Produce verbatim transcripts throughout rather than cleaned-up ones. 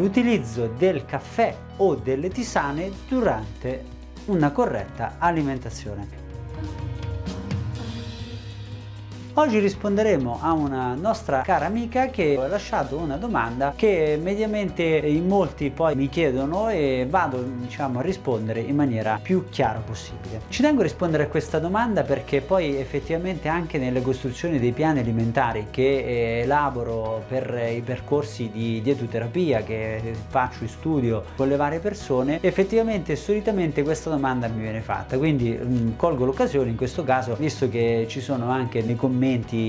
l'utilizzo del caffè o delle tisane durante una corretta alimentazione. Oggi risponderemo a una nostra cara amica che ha lasciato una domanda che mediamente in molti poi mi chiedono e vado diciamo a rispondere in maniera più chiara possibile. Ci tengo a rispondere a questa domanda perché poi effettivamente anche nelle costruzioni dei piani alimentari che elaboro per i percorsi di dietoterapia che faccio in studio con le varie persone, effettivamente solitamente questa domanda mi viene fatta, quindi mh, colgo l'occasione in questo caso, visto che ci sono anche nei commenti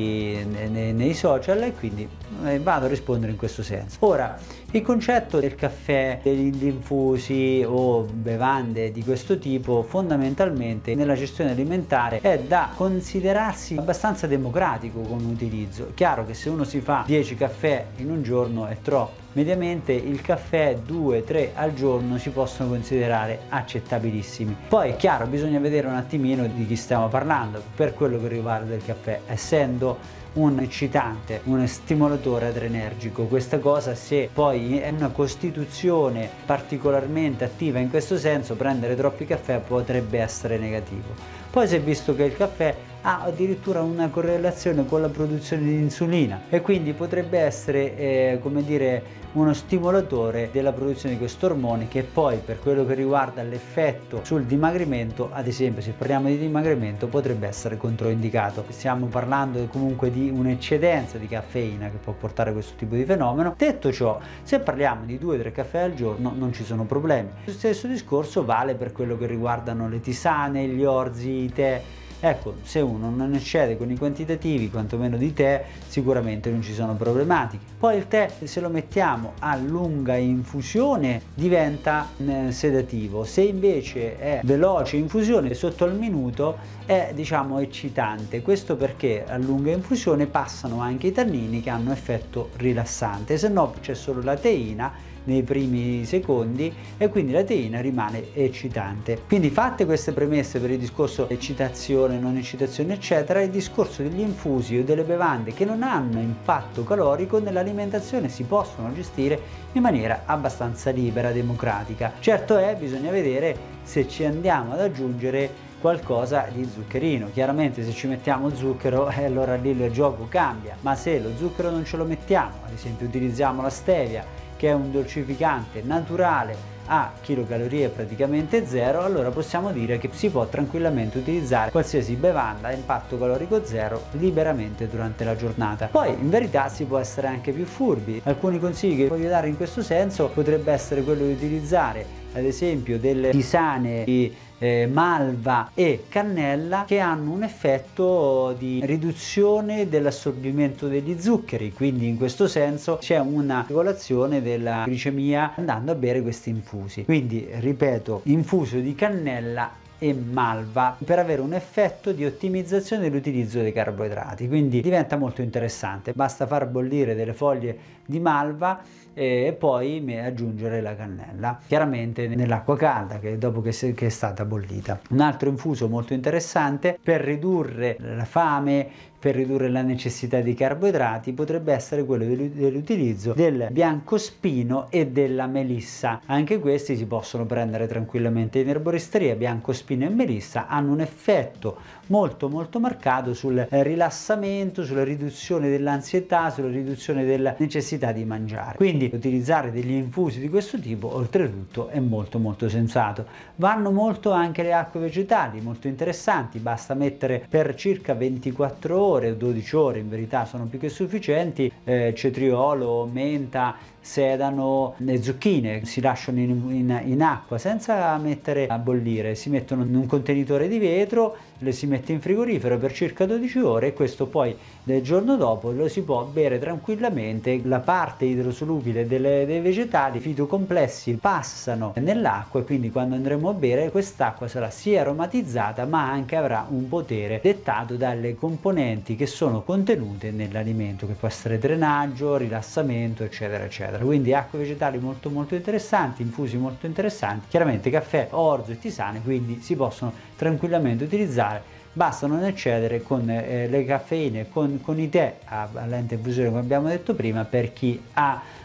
Nei, nei social, e quindi eh, vado a rispondere in questo senso. Ora, il concetto del caffè, degli infusi o bevande di questo tipo fondamentalmente nella gestione alimentare è da considerarsi abbastanza democratico come utilizzo. Chiaro che se uno si fa dieci caffè in un giorno è troppo. Mediamente il caffè due tre al giorno si possono considerare accettabilissimi. Poi è chiaro, bisogna vedere un attimino di chi stiamo parlando per quello che riguarda il caffè, essendo un eccitante, un stimolatore adrenergico. Questa cosa, se poi è una costituzione particolarmente attiva in questo senso, prendere troppi caffè potrebbe essere negativo. Poi si è visto che il caffè ha addirittura una correlazione con la produzione di insulina e quindi potrebbe essere eh, come dire uno stimolatore della produzione di questo ormone, che poi per quello che riguarda l'effetto sul dimagrimento, ad esempio se parliamo di dimagrimento, potrebbe essere controindicato. Stiamo parlando comunque di un'eccedenza di caffeina che può portare a questo tipo di fenomeno. Detto ciò, se parliamo di due tre caffè al giorno non ci sono problemi. Lo stesso discorso vale per quello che riguardano le tisane, gli orzi, i tè. Ecco, se uno non eccede con i quantitativi, quantomeno di tè, sicuramente non ci sono problematiche. Poi il tè, se lo mettiamo a lunga infusione, diventa eh, sedativo. Se invece è veloce infusione, sotto al minuto, è diciamo eccitante. Questo perché a lunga infusione passano anche i tannini che hanno effetto rilassante, se no c'è solo la teina nei primi secondi e quindi la teina rimane eccitante. Quindi, fatte queste premesse per il discorso eccitazione, non eccitazione eccetera, il discorso degli infusi o delle bevande che non hanno impatto calorico nell'alimentazione si possono gestire in maniera abbastanza libera, democratica. Certo è, bisogna vedere se ci andiamo ad aggiungere qualcosa di zuccherino. Chiaramente se ci mettiamo zucchero, eh, allora lì il gioco cambia, ma se lo zucchero non ce lo mettiamo, ad esempio utilizziamo la stevia, che è un dolcificante naturale a chilocalorie praticamente zero, allora possiamo dire che si può tranquillamente utilizzare qualsiasi bevanda a impatto calorico zero liberamente durante la giornata. Poi in verità si può essere anche più furbi. Alcuni consigli che voglio dare in questo senso potrebbe essere quello di utilizzare ad esempio delle tisane di eh, malva e cannella che hanno un effetto di riduzione dell'assorbimento degli zuccheri, quindi in questo senso c'è una regolazione della glicemia andando a bere questi infusi. Quindi ripeto, infuso di cannella e malva per avere un effetto di ottimizzazione dell'utilizzo dei carboidrati, quindi diventa molto interessante. Basta far bollire delle foglie di malva e poi aggiungere la cannella, chiaramente nell'acqua calda che dopo che, se, che è stata bollita. Un altro infuso molto interessante per ridurre la fame, per ridurre la necessità di carboidrati, potrebbe essere quello dell'utilizzo del biancospino e della melissa. Anche questi si possono prendere tranquillamente in erboristeria. Biancospino e melissa hanno un effetto molto molto marcato sul rilassamento, sulla riduzione dell'ansietà, sulla riduzione della necessità di mangiare. Quindi utilizzare degli infusi di questo tipo oltretutto è molto molto sensato. Vanno molto anche le acque vegetali, molto interessanti. Basta mettere per circa ventiquattro ore o dodici ore, in verità sono più che sufficienti, eh, cetriolo, menta, sedano e zucchine. Si lasciano in, in, in acqua senza mettere a bollire, si mettono in un contenitore di vetro, le si mette in frigorifero per circa dodici ore e questo poi del giorno dopo lo si può bere tranquillamente. La parte idrosolubile delle, dei vegetali fitocomplessi passano nell'acqua e quindi quando andremo a bere quest'acqua sarà sia aromatizzata ma anche avrà un potere dettato dalle componenti che sono contenute nell'alimento, che può essere drenaggio, rilassamento eccetera eccetera. Quindi acque vegetali molto molto interessanti, infusi molto interessanti, chiaramente caffè, orzo e tisane quindi si possono tranquillamente utilizzare. Basta non eccedere con eh, le caffeine, con, con i tè a, a lenta infusione come abbiamo detto prima, per chi ha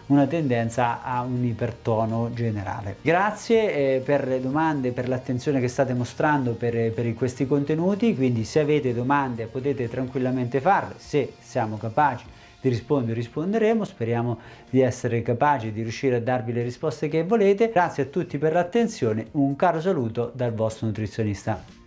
una tendenza a un ipertono generale. Grazie eh, per le domande, per l'attenzione che state mostrando per, per questi contenuti, quindi se avete domande potete tranquillamente farle, se siamo capaci di rispondere risponderemo, speriamo di essere capaci di riuscire a darvi le risposte che volete. Grazie a tutti per l'attenzione, un caro saluto dal vostro nutrizionista.